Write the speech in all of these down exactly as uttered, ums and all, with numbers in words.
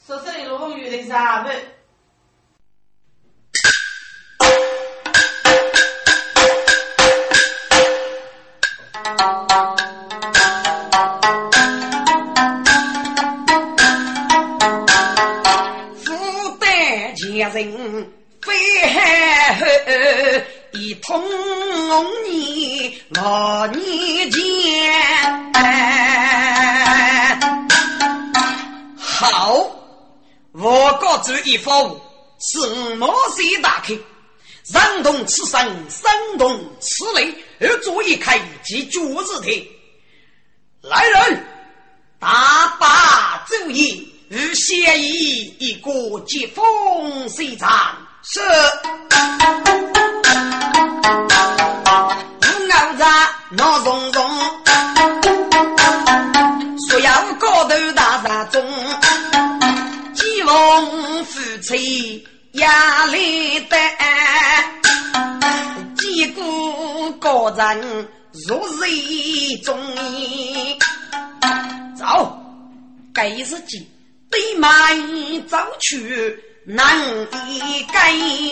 说是你龙鱼的啥子？ 福德前人非海后，一通你我你见。好，我告知一方是毛贼大开，让动此生，生动此类，而作一开即绝日体。来人，大把奏议，与协议一个疾风水战。是。不熬着闹融融，所有高头大杀中，疾风夫妻压力大，几股高人如水中。走，该日记对麦走去难以改，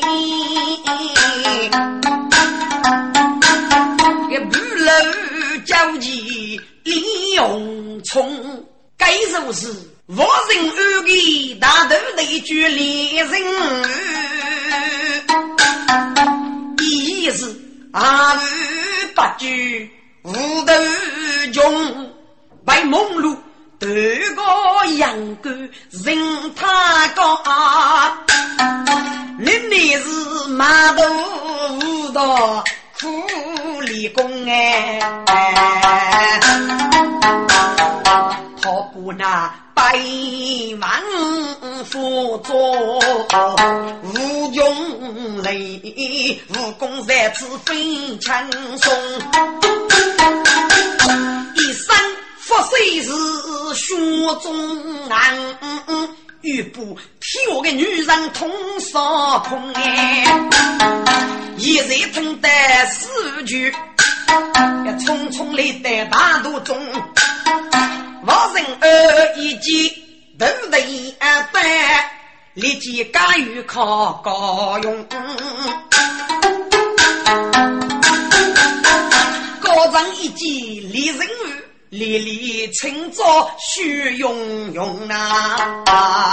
也不漏交际李永聪，该就是我人二个大头的一句猎人意思啊八句无头中白梦露对个养狗人他高，你你是马头无道苦力工哎，逃不那百万辅佐无用累，武功在此非轻松，一生佛虽是血中难，欲不替我的女人同烧空哎，一日听得四句，匆匆来在大道中，我人儿一记都得一般，立即甘于靠高用，高人一记立人儿。历历清早虚涌涌啊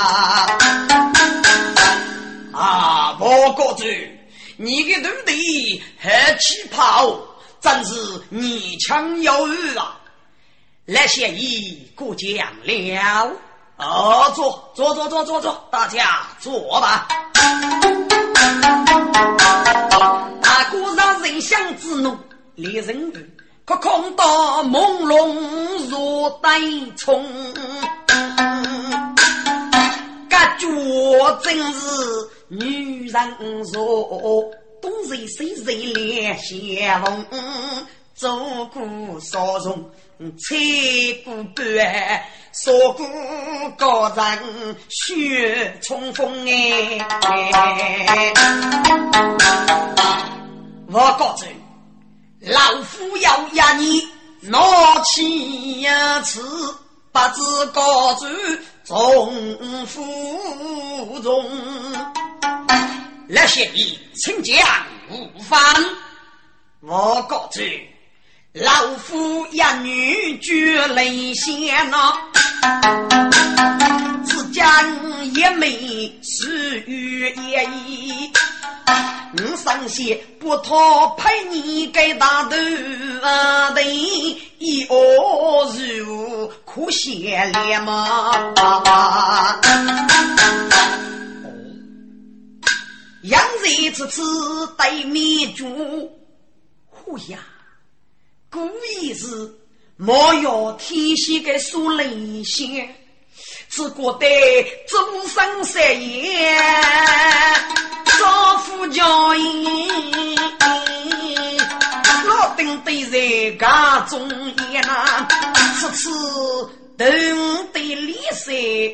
啊！我告知你的徒弟很气泡，真是你强有余啊！来协议过奖了。哦，坐坐坐坐坐坐，大家坐吧。大姑让人想之怒，猎人语。可空到朦胧如带虫，感觉真是女人说东西谁谁脸相逢，走过少容吹过半，说过高人血冲锋哎，我告诉你老夫要压你拿起呀词，把自告知总服从，来协议请将无犯。我告知老夫压女绝泪先呐，自将也没是与也意，你上些不讨陪你给大头啊的一恶如苦血脸嘛，杨贼此次待灭主呼呀，故意是莫有天息的苏雷线，只觉得终生三业少妇教义，老丁对人家中言啊，此次等对理谁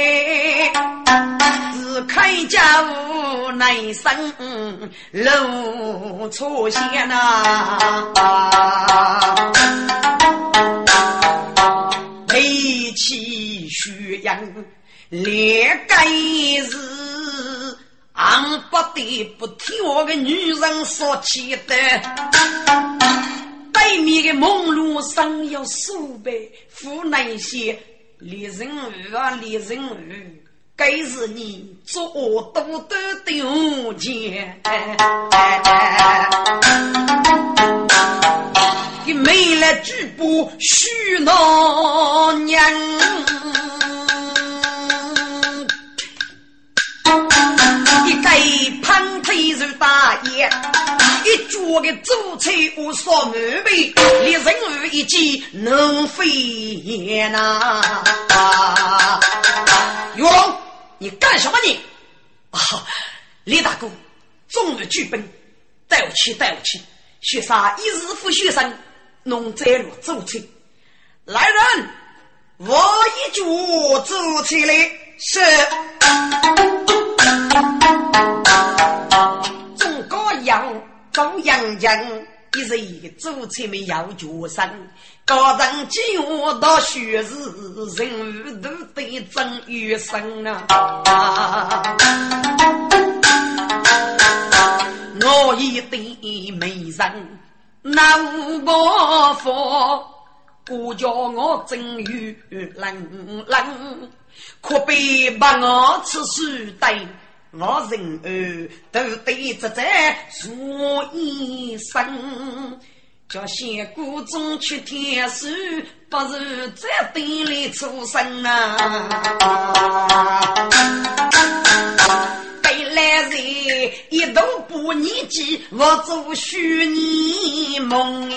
只开家无内生露出现啊，背起虚阳连该是俺不得不替我的女人所起的，对面的梦路上有数百湖南些李人鱼啊李人鱼，该是你做多的丢钱，给没了举步许老娘。一个胖腿如大爷，一桌的主菜无所满备，连人鱼一记能飞也呐！玉龙，你干什么你？啊，李大哥，终于剧本，带我去，带我去！学啥一日复学生，弄摘了主菜。来人，我一桌主菜来是。中国要中央人一是一个主菜没要决生，高人计我到学士人物都得真于生啊！我一对美人那无伯佛，不叫我真于冷冷，可别把我吃书呆。我人儿都对着在说一声，叫仙姑中去天书，不是在地里出生啊！背来人一都不理解，我做虚拟梦，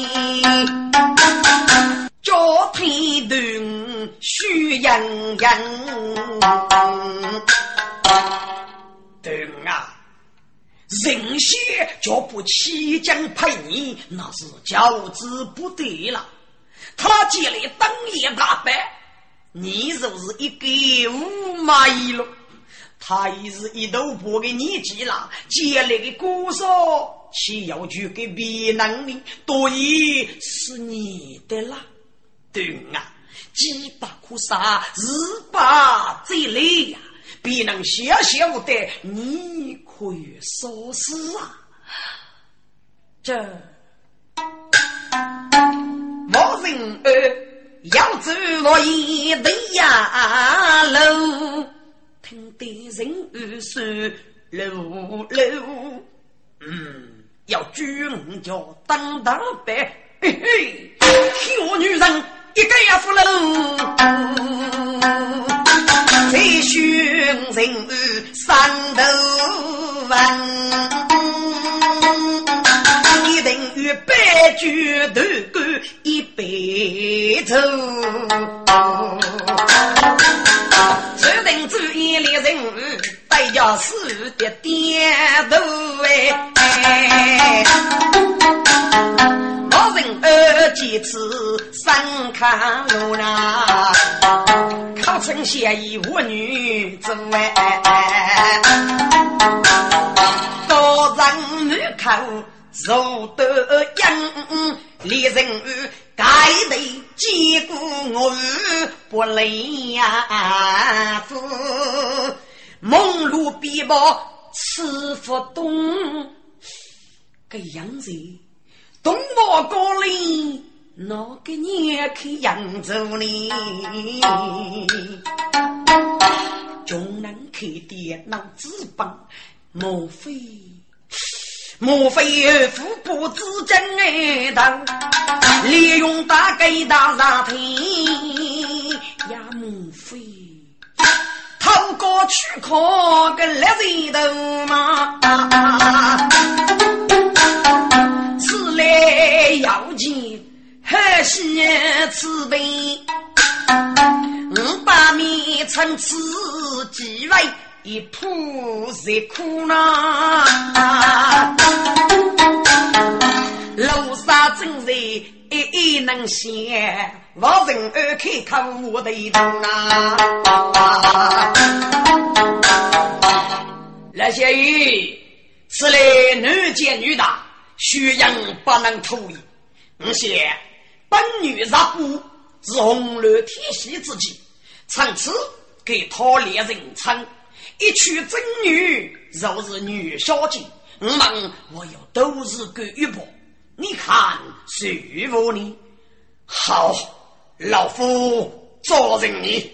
叫天灯虚洋洋。对啊，人些就不起将配你，那是教之不对了。他借来当夜打扮，你就是一个五马一路，他也是一头不给你记了，借来的故事岂要去给别人的，对是你的啦。对啊，鸡巴苦杀，日巴最累呀、啊。必能小小的你可以说是啊，这我人儿要走我一对呀路，听得人儿说路路，嗯，要军叫当当白，嘿嘿，小女人一个呀不喽。在寻人三头弯，一定与百句都过一百头。这等注意的人带着死的点头哎。我人儿几次三看路啦，考成协议我女子哎，多人女口肉得样，猎人儿该得结果我不累呀子，梦路必报吃不动个样子。东我过来那个年去扬州里，中南去电脑资本，莫非莫非富不知真爱当，利用大概大沙天呀，莫非透过去考个来人头吗？此类要紧何些慈悲，五百米层次几位一铺在苦呐，楼上正在一一能写我人儿开口我的一动啊，那些鱼此类女见女大，虚阳不能处理，而且本女杀不自红了天喜之际，从此给讨猎人称一曲真女若是女小姐，我们我有都是个玉帛，你看舒服你好，老夫做人你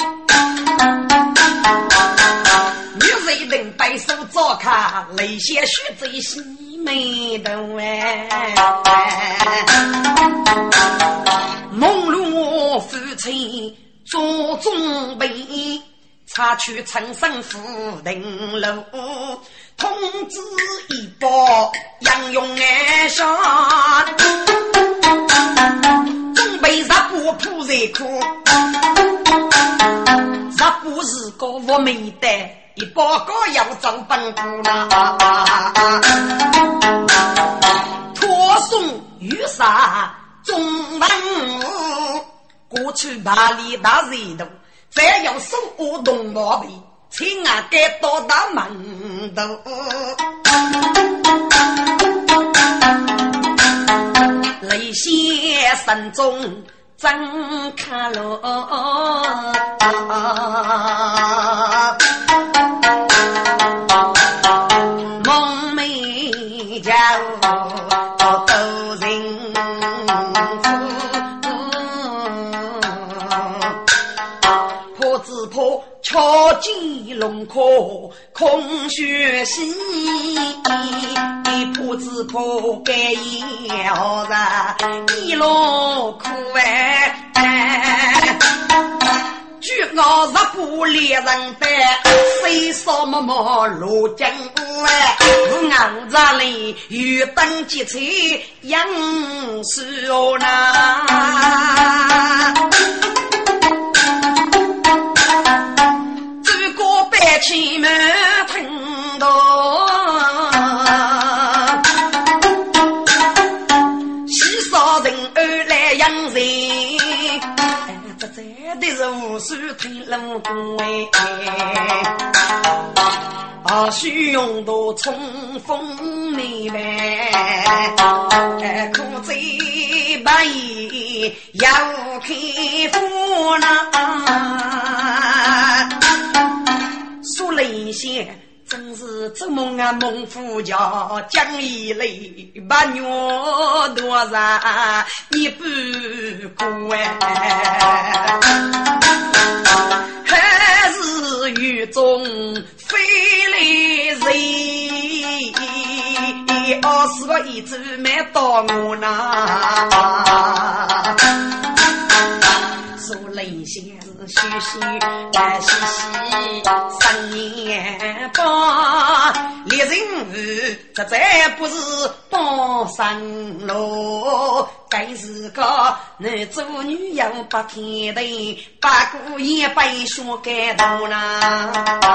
女人等白手做卡泪些血最细美的哎，梦露夫妻做准备，擦去陈胜府顶楼，通知一波杨勇爱上，准备十步铺热裤，十步是个我没得。一包个要走本部啦，托送雨伞中文过去把里打热度，再要手舞动毛笔，请啊给多大门头，泪血深中真看了梦寐叫都人破字破敲击龙壳空血洗破字破给要的一路苦哎据我日不猎人的谁说么么路江哎我昂着里与登记起杨是哦那这个白起们听到西少人儿来养人这这的是无数听冷宫哎啊虚用到冲锋里面苦贼白要开夫那说了一些真是这梦啊梦夫叫江一泪把牛多少你不顾哎还是雨中飞来人二十个一直没到我那说了一些是虚虚来嘻嘻三年半猎人鱼这再不是帮上路该是个男做女要把天地把姑爷背说给到那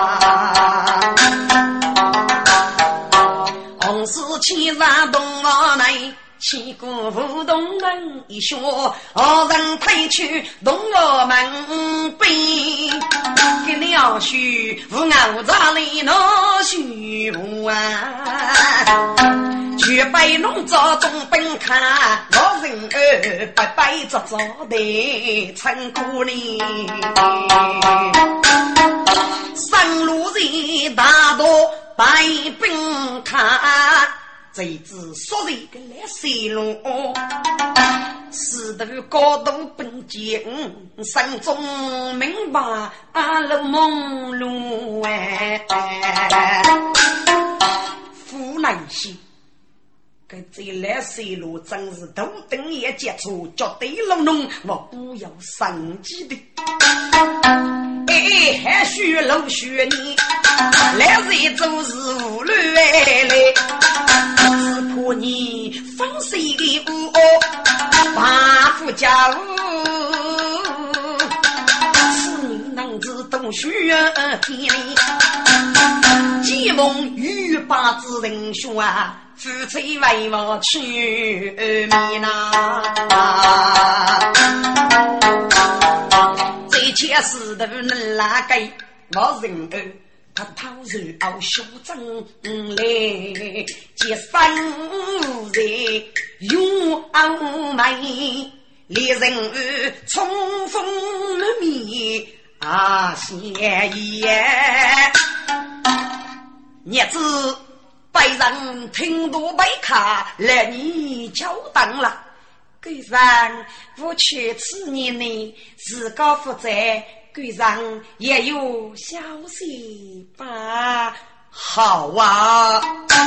红事气上东我来七股不动人一说二人退去动我们背给了许无熬在里闹许无啊去被弄着东奔看我人儿白白着着的成姑里上路人大多白奔看这只说的个来水路是的高度本节心中明白阿路梦路哎湖南西跟这来水路真是头等也接触绝对隆隆我不要生气的哎还需老许你来水就是无路哎嘞是怕你放水的屋把夫家屋是你能知懂需天里既梦欲把之人说啊夫妻为我去米呐这切事都能拉给我人儿他抛入熬小正来接三人用熬美猎人儿冲锋灭啊谢爷日子被人听多被卡来你交当了贵人我去此年呢自告负责贵人也有消息吧好啊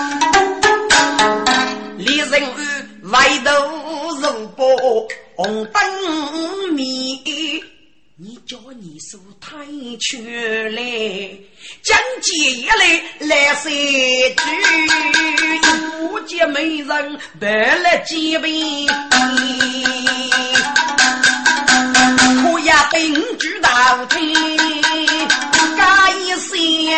李人与外头肉波红灯米你叫你手太缺嘞讲解嘞来谁句不见美人白了几杯不要病知道听该一些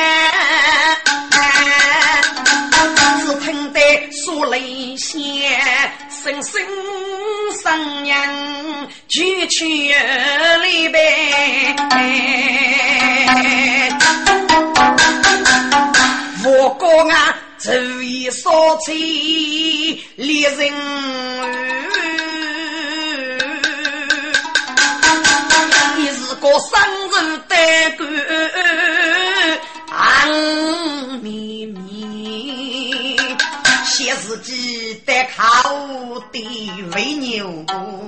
只听得说雷线声声声音举去里边我讲啊这一说起猎人你是个生日的歌安咪咪写自己的靠的为牛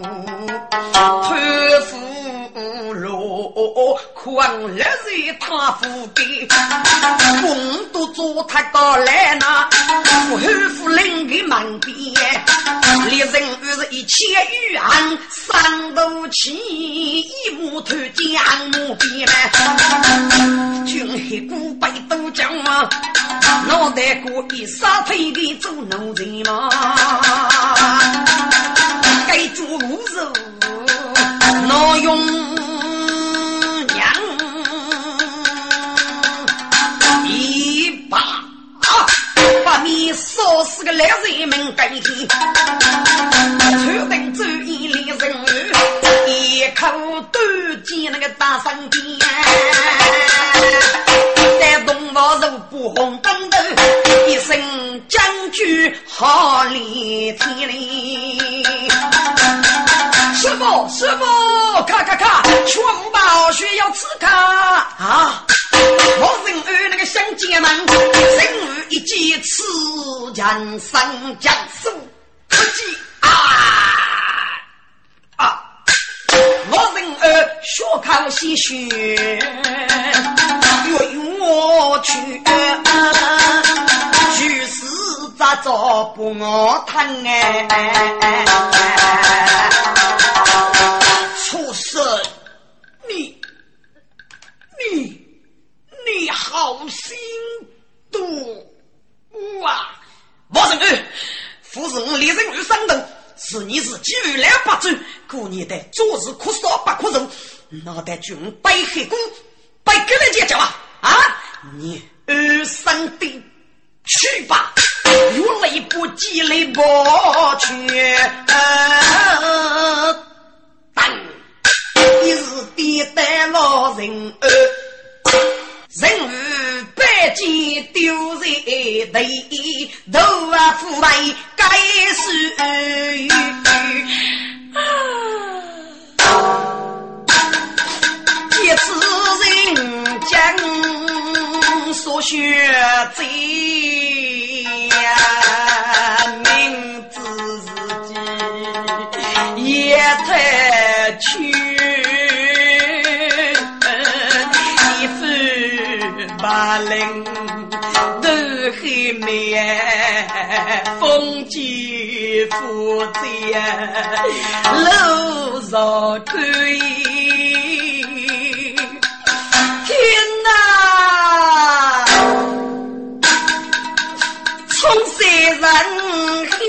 推夫罗狂了是他夫给公都做他个来呢夫妇领给满边猎人于是一切预案三斗起一木头将木边军黑古白都讲啊脑袋过一杀退的做农人嘛该做无肉脑用娘一把把你烧死个来人们改天头等走一里人一口都进那个大山边在东方肉不红灯灯一声将军好里天里师傅师傅咔咔咔全包需要吃卡啊我人儿那个乡亲们人儿一记吃人生将数可记啊啊我人儿学考西学约我去去死咋做不我谈哎畜生你你你好心毒啊我人儿夫人李人儿三等是你是基于两把嘴故你的做事可少不可容脑袋军白黑公白给了姐姐啊啊你二三的去吧如雷不积雷不去呃但你是地带老人儿人儿百计丢在地头啊腐败该是这次人将所学贼明知自己也太屈一副把人都黑面风纪负责路上推天哪从谁人间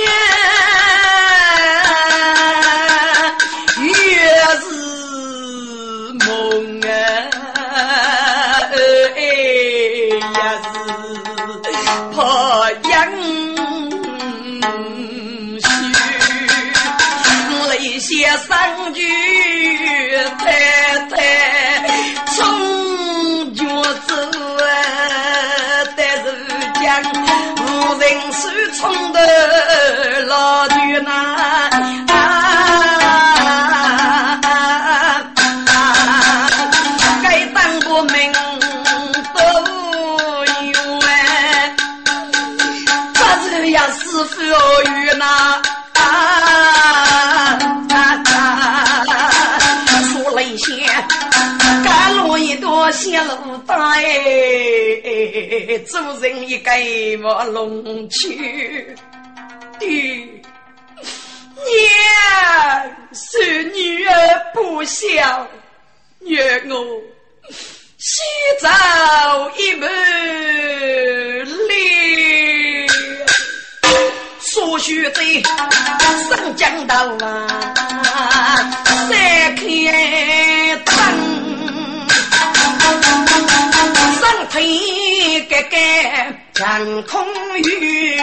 越是梦啊哎呀是怕阳虚泪写三句太太从脚走但是将无人是冲的老女男啊该妇语呐啊说了一些赶路一朵线路大哎主人一该我龙去女娘是女儿不孝虐我西走一门里所学在上江道啊三开灯上腿个个长空雨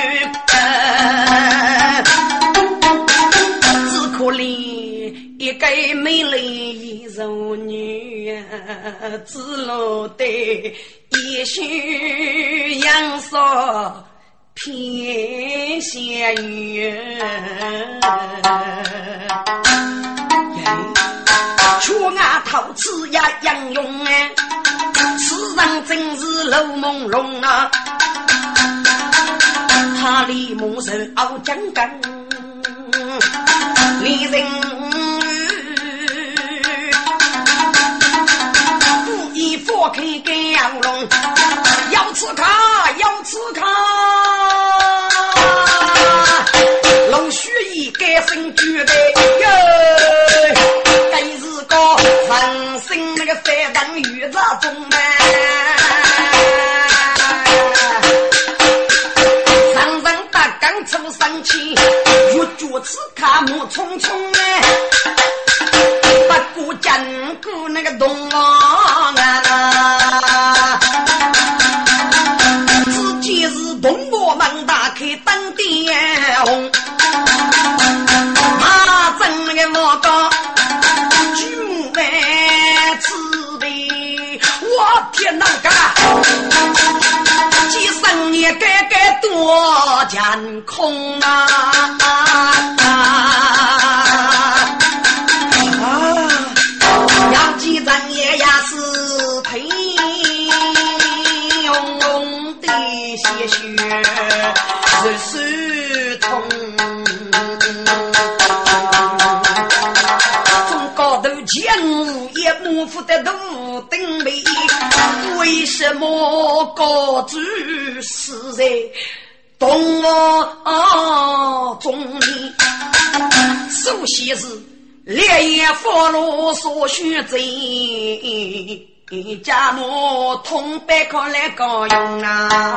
只可怜一个美丽柔女只落得一须阳色偏下雨出牙陶瓷呀杨勇啊此上真是楼朦胧啊他里母神傲江干离人不依佛开给杨龙要吃卡要吃卡龙须一该生绝的哟该是个人生那个三等宇宙中的上上大刚出生气越脚趾卡木匆匆不顾坚固那个东王啊自己是东国门打开当地红马正那个我高举目来吃的我天哪个几生也该该多艰空啊要记咱也呀是陪用用的些血是是痛从高头前无也幕府的路灯美为什么高举是在东我中里首先是烈焰佛罗所需贼家母通背可来高用啊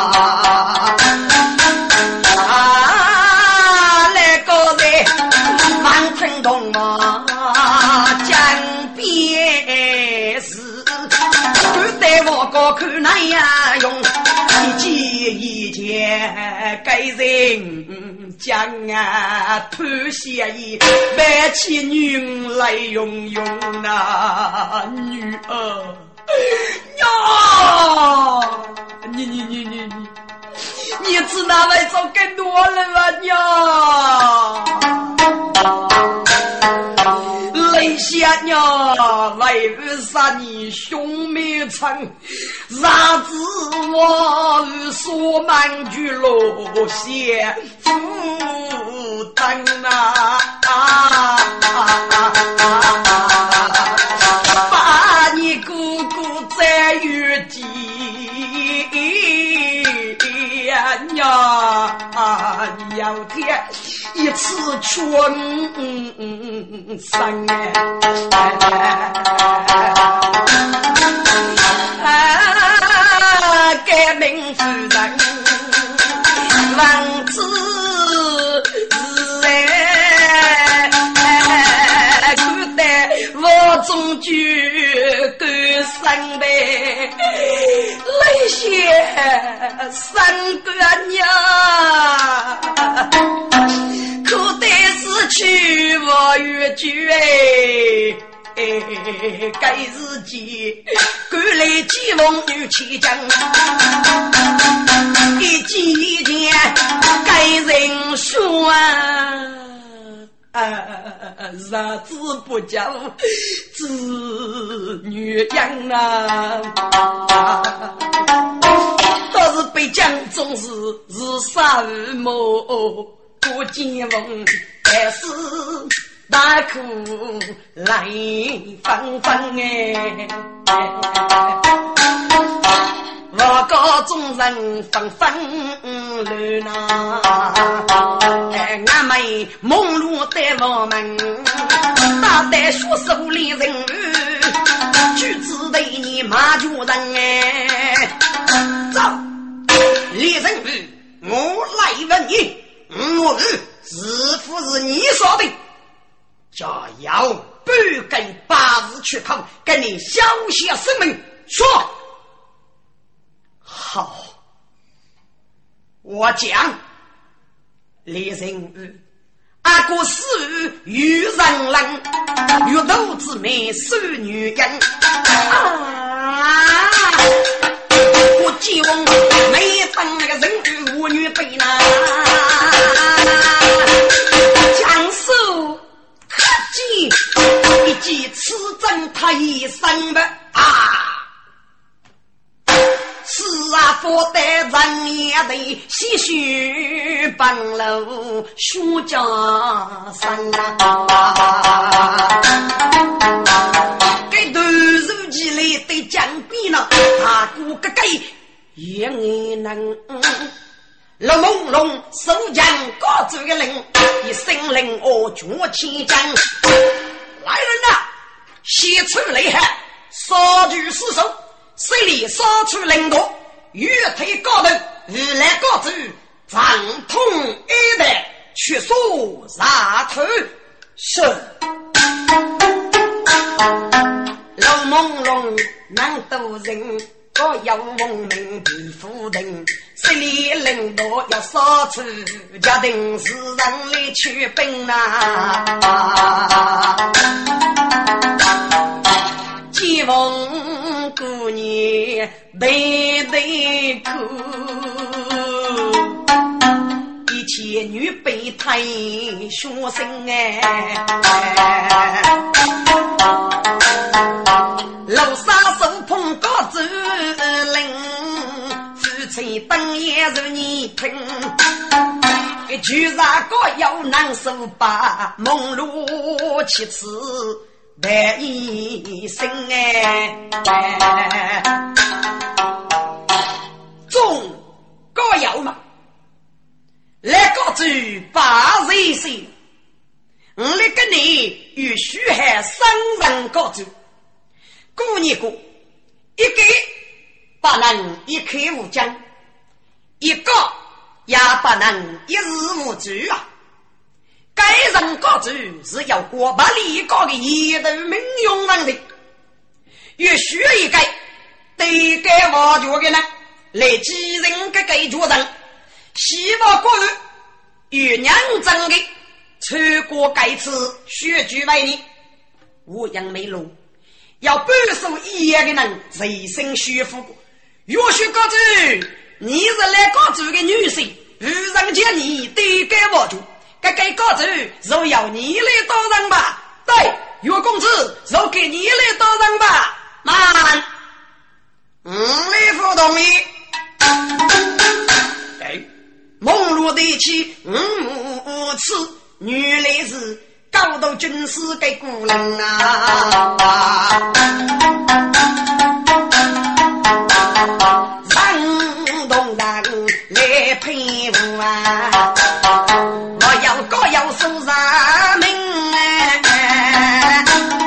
啊来高的万春动啊江边是不带我高看那样用一节一节该人将啊判下一白起女来用用那女儿呀你你你你你你知道来做更多了吗呀雷下呀为啥你兄妹曾啥子我说满句落写负担啊把你姑姑在雨季呀要天一次春生啊改名夫人王子我终究够三倍那些三个娘可得是去我越剧哎该自己赶来几梦女气将一几天该人说啊啥子不叫子女养啊都是被讲总是日杀母不见翁，但是大苦来纷纷哎。我告众人纷纷乱呐，哎，俺们梦路带我们，大带学手里人，举子对你马主人哎，走，李人我来问你，我是否是你说的？加油，不跟八字去碰，跟你消息声明说。好，我讲李人宇阿哥死于人人与斗之美是女人啊，我记翁没分那个人与妇女辈呢，将手可记一记此证他一生的啊，是啊，佛得人也得唏嘘帮楼书家山啊，给读书记来得讲比呢，他估个该也能老朦胧手将高祖的人一声令我绝起将来人呐，写出雷害杀举失手，谁里杀出领导越推高头日来高祖长通一代去说杀头是老朦胧难斗人我要蒙名不负人，谁里领导要杀出家庭是人来去兵啊，吉翁姑娘对对哭，一切女备胎学生哎，老杀手碰高子令，夫妻等也如你听，一句啥个要难受吧，梦露其次白一生哎，中高要嘛，来个句八岁岁，我来跟你与虚海三人高句，过年过一个不能一口无讲，一个也不能一日无主啊。该人高主是要过把里高的一等名用人的，越需要一个对该挖掘的呢，来几人个给主人，希望过日与娘争的，超过该次血举为你，无样没路，要半手一夜的人，随身虚服。越需高主，你是来高主的女性，与人见你对该挖掘。该该告知就要你来当人吧，对，岳公子就给你来当人吧，慢，嗯，你不同意？哎，梦露的气，嗯，次女来是高度军事给古人啊，让动人来陪我啊。高要受人命哎，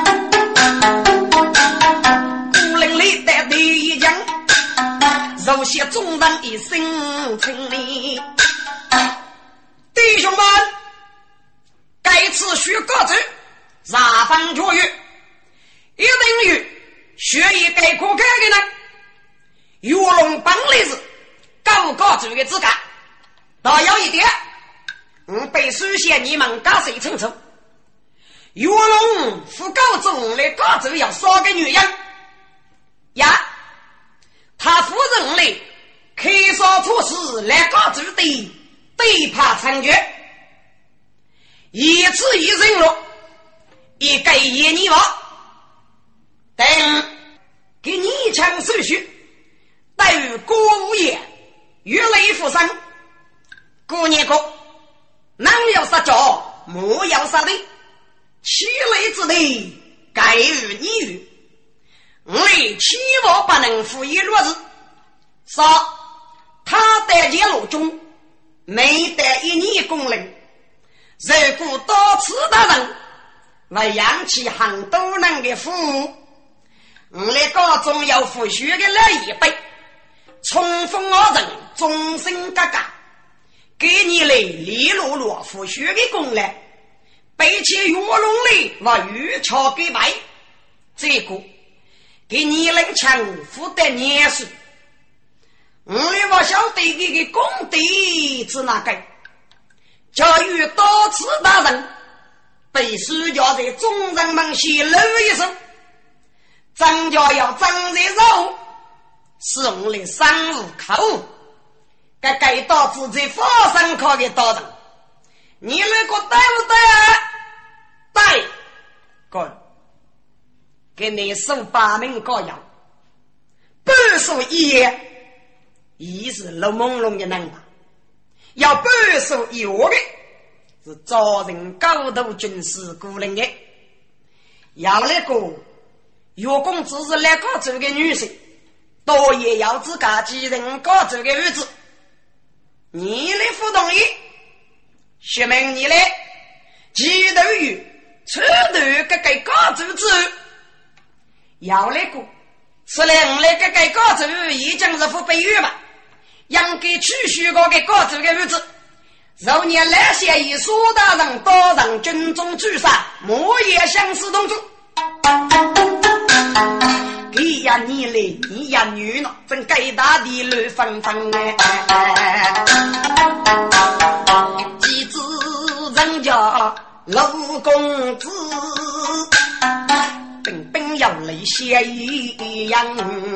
古人里的第一讲，柔些众人一生成立。弟兄们，该次学各自啥番教育，一等于学一该可看的呢，有龙本来是高高主的资格，但有一点嗯，被书写你们高谁清楚？岳龙不告中来高州要杀个女人呀，他夫人类开杀出事来高州的对怕参决，一次一人了，一个一你我等给你一枪手续，待于国务院越来富生姑娘哥，男要杀脚，母要杀的，其类之类，该与你与。我期望不能负一落子，说他在街路中没得一年功能，如果多次的人为养起很多人的父母，我来高中要复学的那一辈，冲锋而人终身嘎嘎，给你来李罗罗复学的功能，背起月龙里我玉桥给白，这个给你人强负的年数，我我晓得你的功德是哪个？教育多次大人，被书教在众人们写了一声，张家要张在肉，是我的三五口，该该导致这发生考的道人，你那个对不对啊？对，滚！给你送八名羔羊，半数一夜，一是老朦胧的人吧，要半数一窝的是招人高度军事孤人的，要那个月工资是来高州的女性，多也要自家几人高州的日子，你来不同意，说明你来几头鱼吃头个给高州之要那个是两来个给高州已经是不被约吧，应该去许过给高州的日子，若年来些以苏大人多人军中聚散，莫也相似当中。给呀你嘞，你呀女呢，真该大的乱纷纷哎！几子人家老公子。本本要来写一样，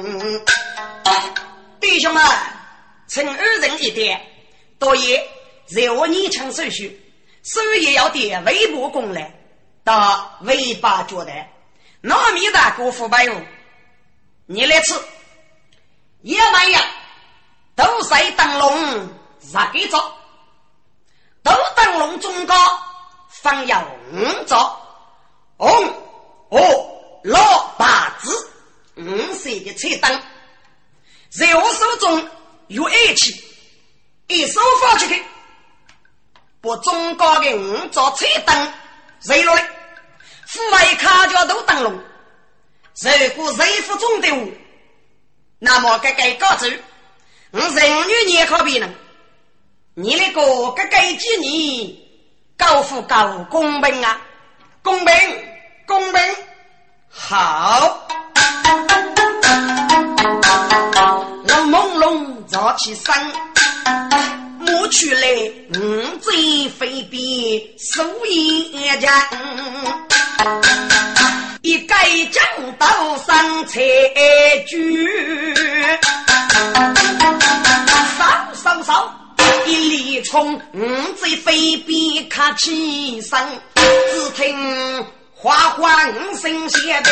弟兄们，趁二人一点，多爷在我你抢手续，手也要点微博功来，到尾巴觉得糯米大哥腐败物，你来吃，也没有，都塞灯笼啥给走，都灯笼中高，方要五走，红哦。老八字五岁的菜灯在我手中有爱气一手放出去，把中高的五座菜灯扔落来，户外卡脚都灯笼，如果人夫中的物，那么该该告知我人女也可比呢，你那个该该记你高富高公平啊，公平公平好，老朦胧早起身，摸去来五贼飞边手一家，一盖将刀上菜具，扫扫扫一粒虫五贼飞边卡起身，只听花花五声写的，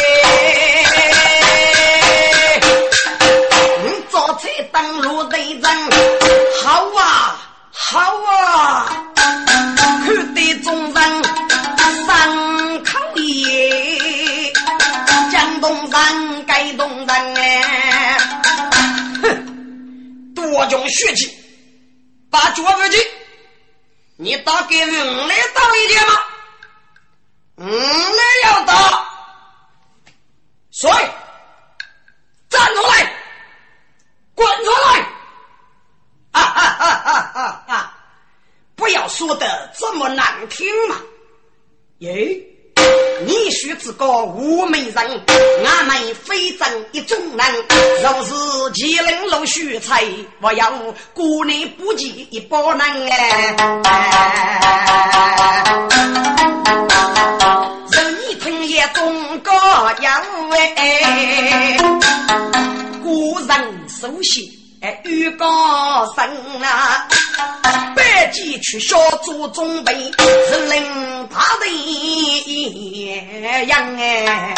嗯，做菜当路的人，好啊，好啊，看得众人上口也，讲动人该动人哎，哼，多种血气，把脚回去，你打给人来当一件吗？嗯，那要打，所以站出来，滚出来！啊哈哈哈哈哈！不要说的这么难听嘛！耶，你须知个无美人，俺们非正一种人。若是其人露须才，我要孤你不及一波人哎。听也中国有哎，古人熟悉哎，预告生啊，百计去小做中备，是令他的一样哎。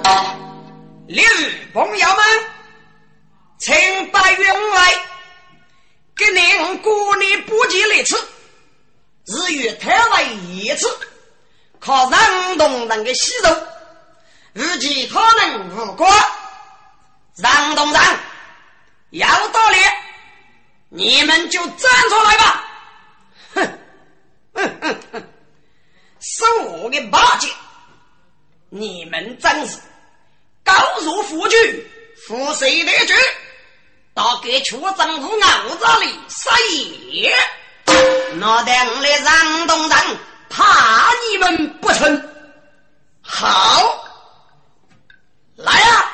六朋友们，请把员外一次，靠让东人的吸收，如其可能无果。让东人有道理，你们就站出来吧！哼哼哼哼，是我的八戒，你们真是高如夫君，负谁的局？到给出政府脑子里撒野，那等来让东人怕你们不成？好，来啊！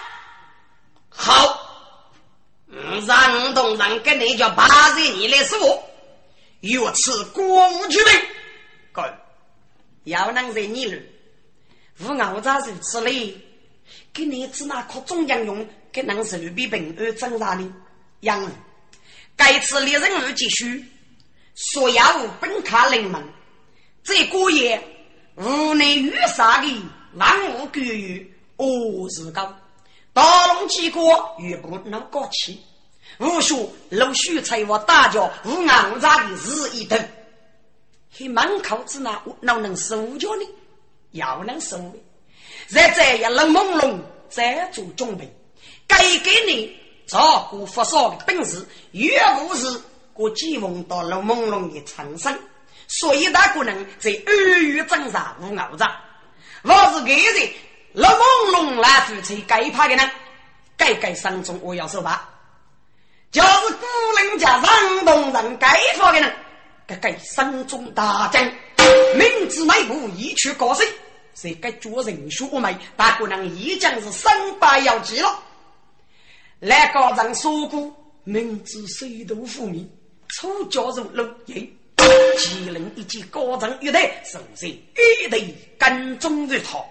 好，嗯，让东人跟你叫八十你来是我，有此国务之命，哥，要能在你了，无熬杂是此类，给你只拿靠中央用，给能手比本而挣扎的。样人该次猎人而继续所要本卡临门，这个月无内遇杀的万物归于恶日高，大龙几国与不能过气，无数陆续才我大叫无昂扎的日一等，he 门口之那哪能收着呢？要能收的在这样冷朦胧在做准备，该给你照顾发烧的本事，越不是国际梦到了朦胧的产生，所以大可能在二月挣扎无熬着。我是给人了朦胧来付出该怕的呢，该该上中我要说吧，就是古人家让动人该发的呢，该该上中大将，明知内部一去高升，谁该做人数美，大可能一将是三百要急了。来高人说过，明知水都覆灭，丑角入楼耶。几人一记高人一代，甚至一代跟踪日头。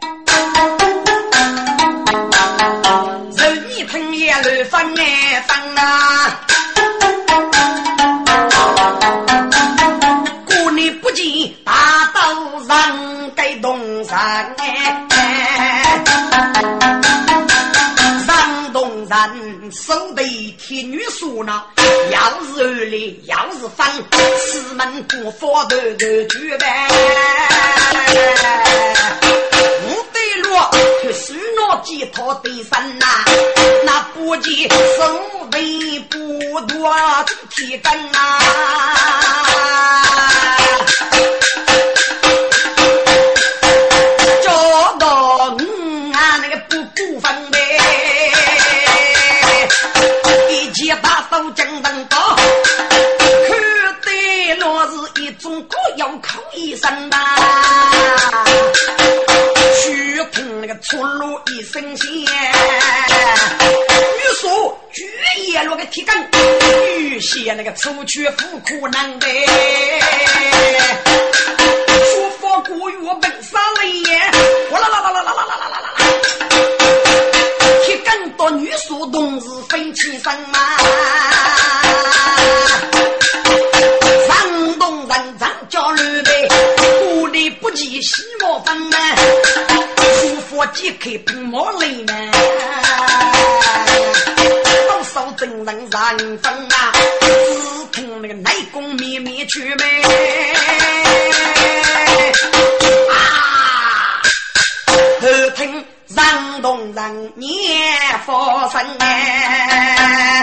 人一听也乱翻哎翻啊！故你不计大道上该动上哎。东人手被铁女说呢，要是二里要是翻四门不佛的的举呗，我对落去许诺寄托对山呐，那不计手被不多铁根啊，找到嗯啊那个不不分呗。大刀正当高，可对落是一种各要口一声的，虚听那个出路一声线，欲说举叶落个铁杆，欲写那个出去富苦难的，说佛古语我本杀了耶，哗啦啦啦啦啦啦啦啦啦啦。更多女属冬日分起身嘛，上东人长交流呗，故里不计西莫分嘛，出佛即可碰莫累嘛，都受真人上分啊，只听那个内功灭灭去呗，啊，和听。让东人念佛神哎，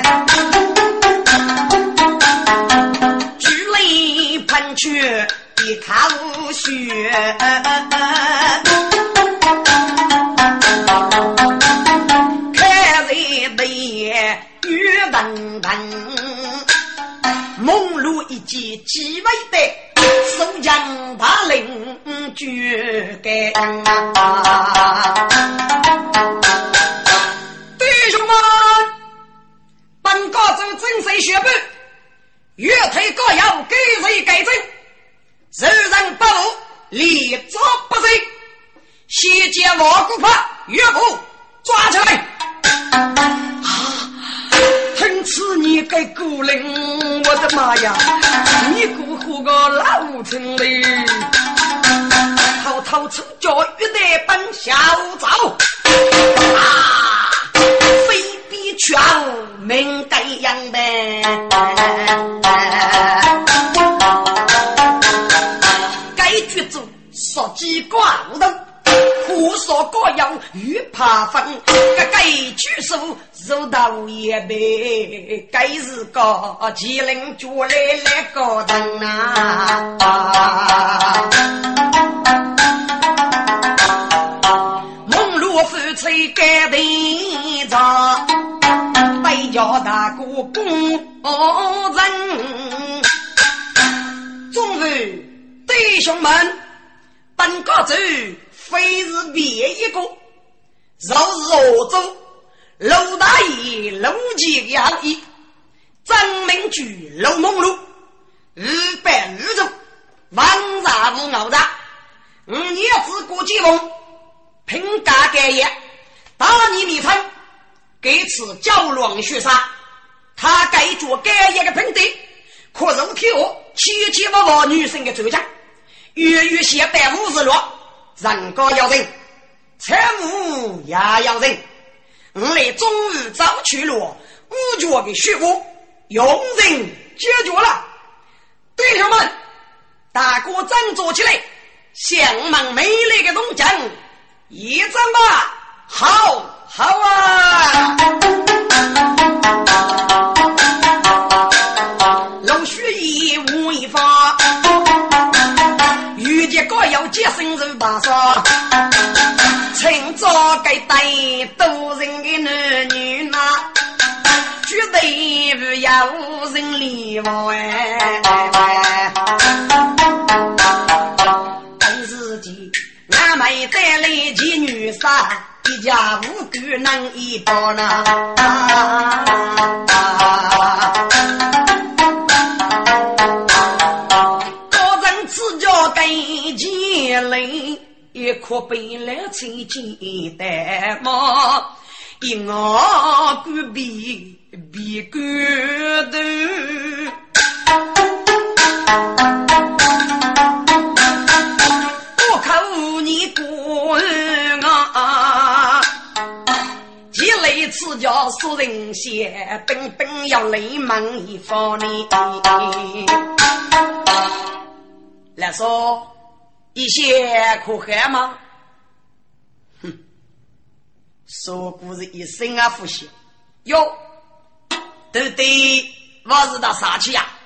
举泪喷去一口血，看人的眼雨等等，梦露一记几位的手将把领举给弟兄们，本高州正谁学步，越推各要给谁改正，人人不服立则不遂，西街我不怕岳父抓起来啊！听此你该孤零，我的妈呀，你孤苦个老城里偷偷出脚一代本小早啊，非必全命该样呗，该剧组鸡挂无动，胡说各有与怕分，个该举手手到也被该是个机灵就来来个灯啊！梦如夫妻该得着，北叫大哥公人。众位弟兄们，本个州非是别一个，若是欧洲楼大爷楼杰杨毅张明举楼梦路日本日中王杂无熬杂五年之国际梦评价改业大你米分给此教乱学杀，他改做改业的评定可肉体我七七八八女生的主张月月写百五十落人高要人财务也要人我来终日早去落五角的血污用人解决了。弟兄们，大哥站坐起来，向往美丽的东江一站吧，好好啊！老许一无一发，遇见个要接生人把说，请做给带都人的男女呐，绝对不要人理我哎。本自己俺们带来几女杀，一家五个能一包呢。个人自家带几类，也可被来吹气的嘛。一我个比比个的。我靠你过啊！积累此家素人血，本本要雷满一方呢。来说一些可害吗？哼，说故事一生啊复习哟，对对，我是到啥去呀？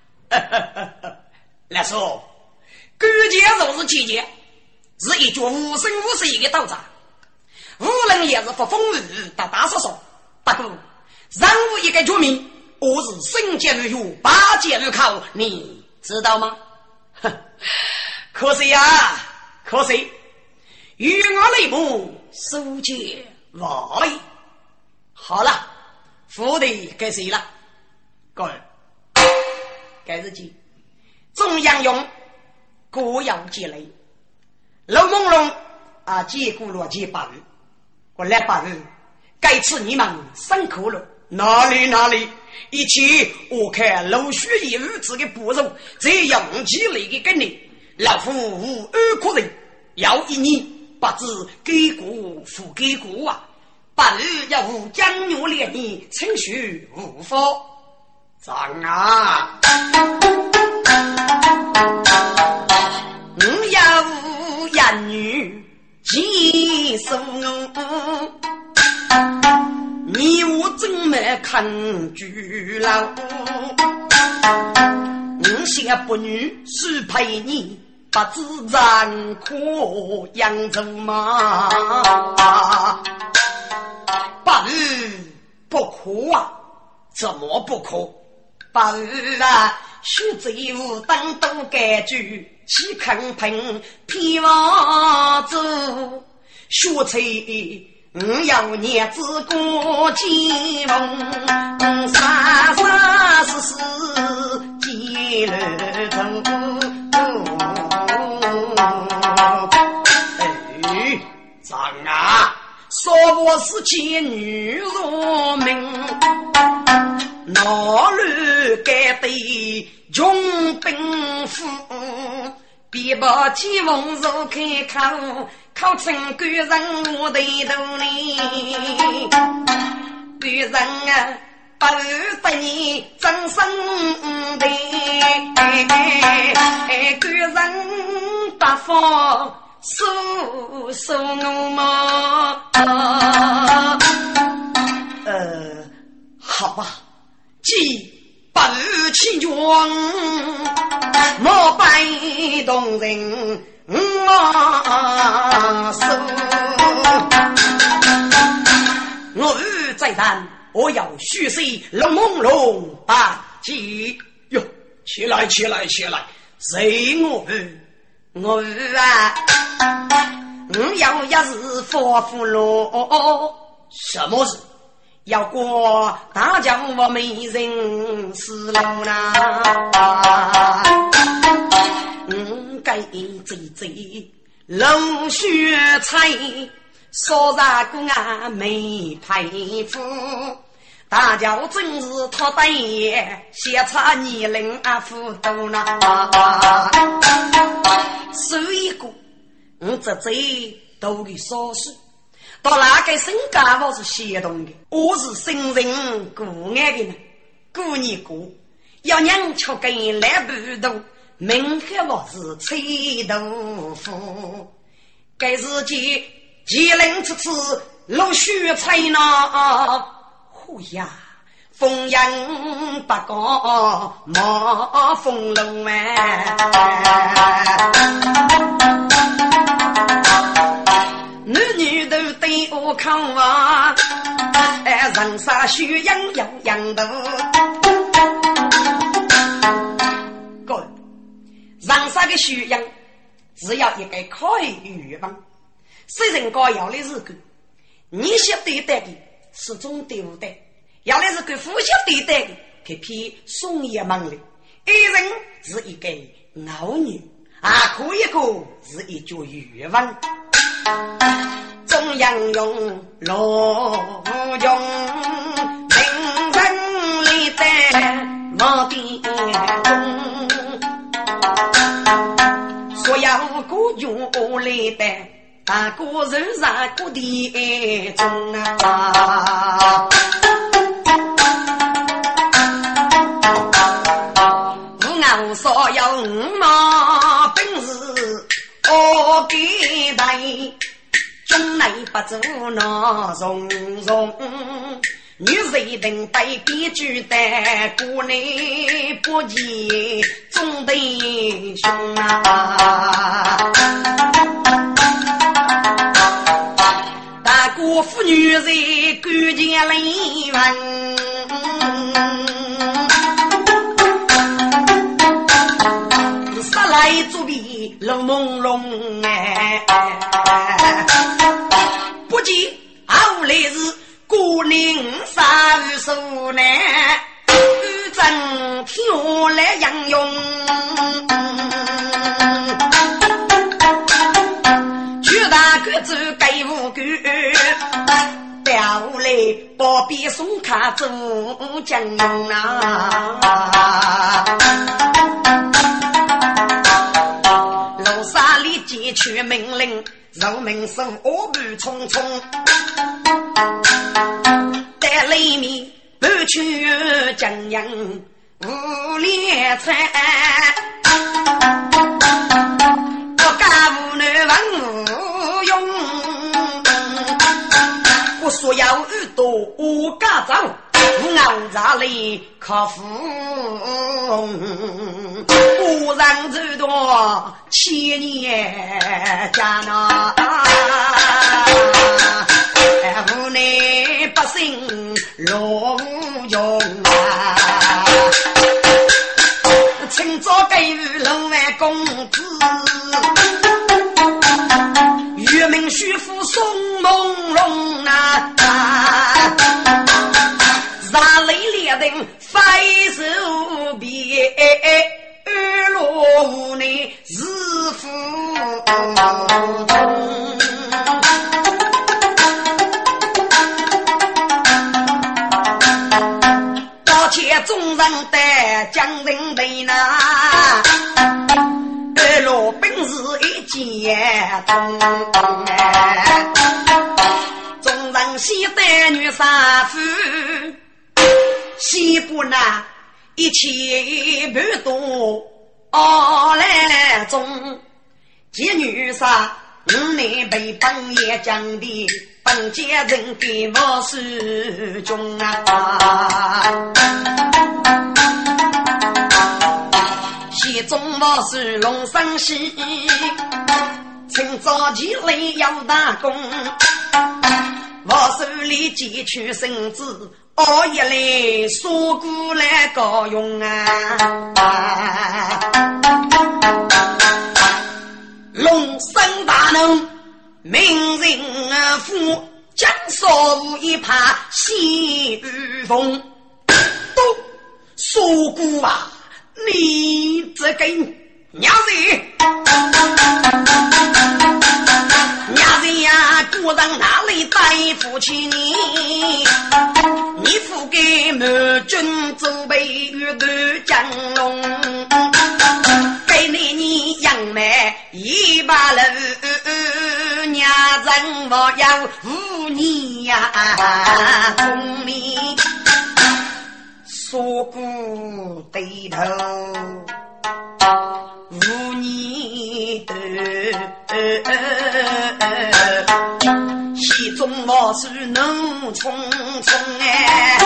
来说各节都是季节，是一座无声无息的道场，无论也是不风雨打打杀杀。不过让我一个居民，我是生节如油，八节如烤，你知道吗？可惜呀，可惜与我内部收结外。好了，福地该谁了？各位该日记中央用国要积累楼朦胧啊，结果落结八日我来八日该次你们辛苦了，哪里哪里一起我看楼须一日子的不容，这样积累的跟你老夫无二可人，要一年不知给国付给国啊，八日要无将牛烈你程序无否长啊！我要无言女几手你我真没看居了，我些不女是陪你不知然可扬州吗？八日不可啊，怎么不可？八日啊，许贼无当都改句，岂肯凭偏往走？学吹我要念子过金梦，沙沙是是几了头。哎，长啊，说我是妓女入门，哪里该对穷兵夫，别把鸡翁肉开口。考成个人我的头里，个人啊，不得你真生的，个人不放苏苏嘛。呃，好吧，既不起装，莫拜动人我苏。我欲再战，我要虚岁龙梦龙把鸡哟，起来起来起来，谁我欲我欲啊，我要一日佛福罗， 什么事？ 要过大将我美人死了啦！嗯，该贼贼冷血菜，说啥个啊没佩服，大叫真是他大爷，写差你人啊糊涂啦！所以个，我这贼都给说事。到哪个身家我是协同的，我是生人故爱的呢，故你故要娘吃根来不动，明黑我是吹豆腐，该自己几人吃吃露血菜呢？呼呀，风扬不高马风龙女女都对我看啊，哎，人杀血样样样的。各位，人杀的血样只要一个可以预防，虽然高要的是个，你晓对待的始终对不对？要的是个互相对待的，可批送也忙的。一人是一个老女，啊，可一个是一句预防。中央用罗用名人里在我的中，所有古用里的大古人啥古的中啊，我所有五毛本事我给带中内不足那容容女人等待必须的故内不及中的兄啊，大姑父女人孤家来问杀来作比冷朦胧哎，不及后来是孤宁杀与手呢，与真跳来杨勇，去大个子给无辜，表来包庇送卡走江勇啊。楼沙里接取命令，肉民生我不匆匆，在里面不去江洋无列菜，我家无能万无用，我所要遇到我家长我熬茶里可服不让最多千年家呢无奈百姓落无用啊，请早给予人为公子月明虚浮送朦胧啊，杀雷烈灯飞手别日落无内日复刀切众人的将人的那日落本是一截通众人西的女杀夫西部那一起不多哦来中，这女杀你被本也讲的本家人给我是中啊，西中我是龙山西，趁早起来要打工，我手里汲取绳子，熬夜来说过来高用啊。龙山大能名人府，江守一怕西雨风，都说过啊，你这个娘子娘子呀，故人哪里带付起你？你付给满军走北与的江龙，给你你养妹一把楼，娘人我要无你呀，聪明说过对头无你的西中我是能匆匆哎，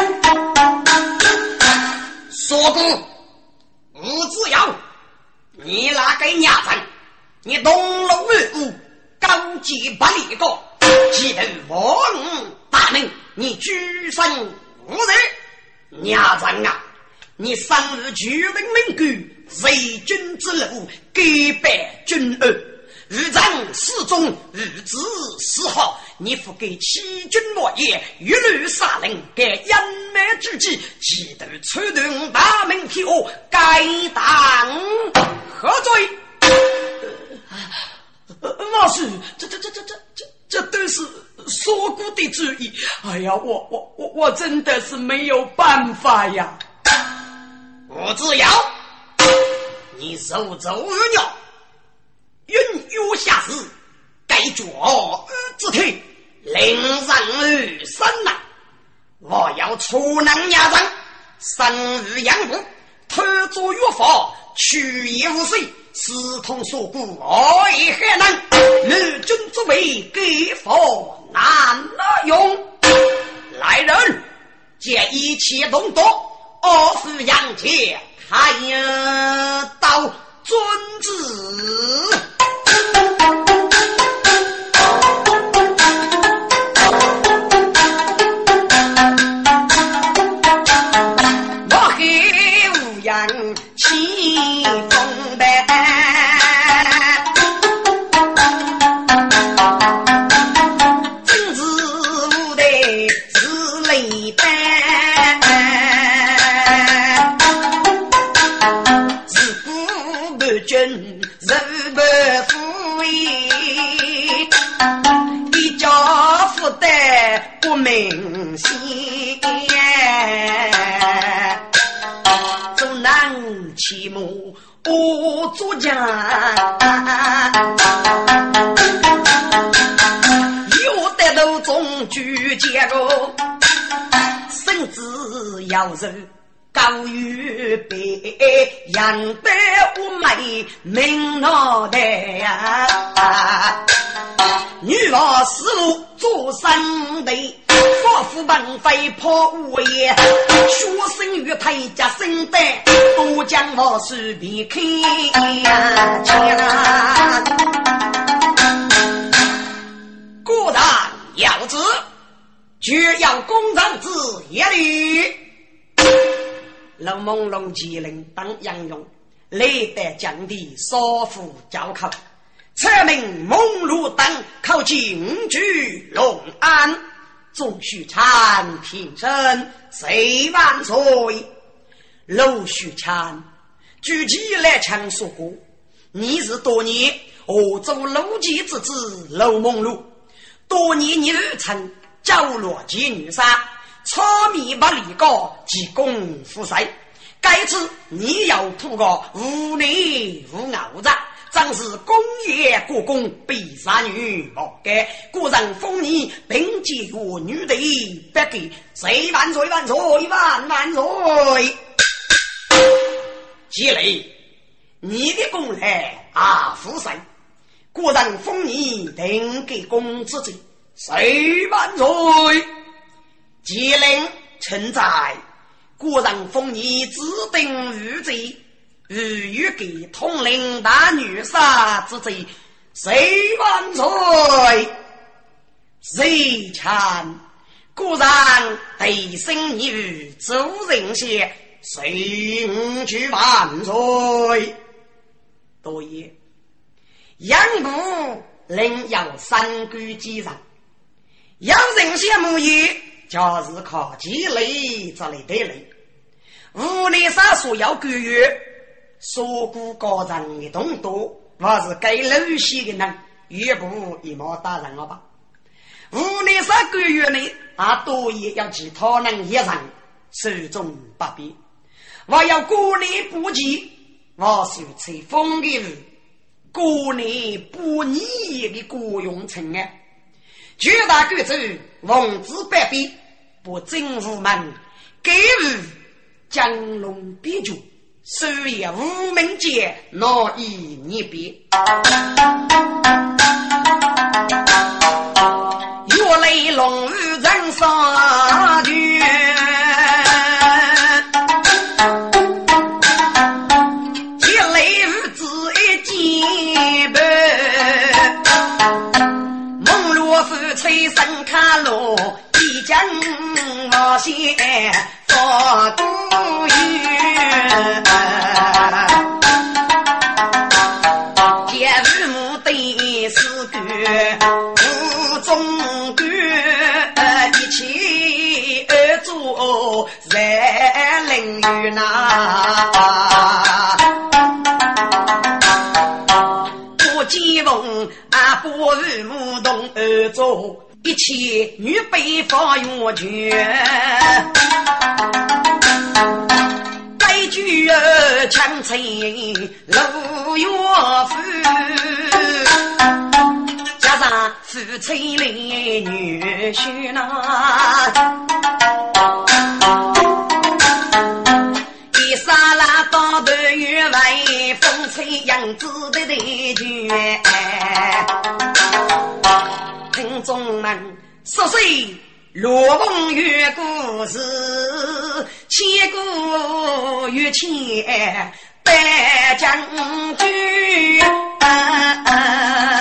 说过吴子瑶，你那个伢子，你动了恶物，高级不离个，记得王大名，你居身无人，伢子啊，你上日举人名句，为君之路，给百君二。日长四中，日子四号，你付给欺君莫业，一律杀人，给阴美之计，记得出动大名批我，该当何罪？ 老师，这这这这这这这都是说过的主意。哎呀，我我我我真的是没有办法呀！ 我只要你手走而鸟。云雨下时，该着之体，令人而生呐！我要出能压人，生日养父，特作药法，取也无水，思通所故，我也很难。女君之位，给佛难用。来人，借一切动作，二是杨戬，开刀遵旨。我给无阳起风呗，真是无的是累呗，自古不君人不富裕，一家富得不明心，走南起母我作家，有的都总举结果，甚至要人高于北养得我美明脑袋呀，女娃思路做三辈，发福本非破无业，学生与太家生的都将我是离开呀，果然要知只要公长之也里老朦胧机灵当杨勇，雷得降低少妇教考，车名梦路当靠近居龙安，总须产平生谁万岁。楼须产举起来强说过，你是多年欧洲楼记之子楼梦路，多年你日曾角落及女杀，超米不离高及功夫赛，该次你要扑个无内无脑子，正是工业国公比杀女莫给故人封你并结我女的不给谁万岁万岁万万岁。积累你的功来啊，富帅果然封你定给公之罪， 谁万岁？ 吉令臣在，果然封你指定御罪，欲欲给统领大女杀之罪， 谁万岁？ 谁看果然得生于周人些，谁去万岁？多也，杨部另有三规基上，有人些母语就是靠积累这类得累，无力杀所要个月，所顾高人的动作，我是该楼西的人，越不一毛打人了吧？无力杀个月呢，啊，多也要其他人一人手中不必，我要过年不急，我是吹风的人，过年不你的雇佣成啊，绝大贵州王子百比，不正无门，给予江龙必主，所以无名界哪一你别。月雷龙与人杀绝，铁雷与子一结伴，梦罗夫吹声卡罗，一将我先发孤语，结日母的四个无中国一起而做人领域呐，不记梦啊不日母动而做一起女北方用绝，该句儿强吹楼岳父，加上夫妻里女婿呐，一沙拉到的月外风吹杨子的的句，听众们说谁罗梦月故事，千古于千百将军啊啊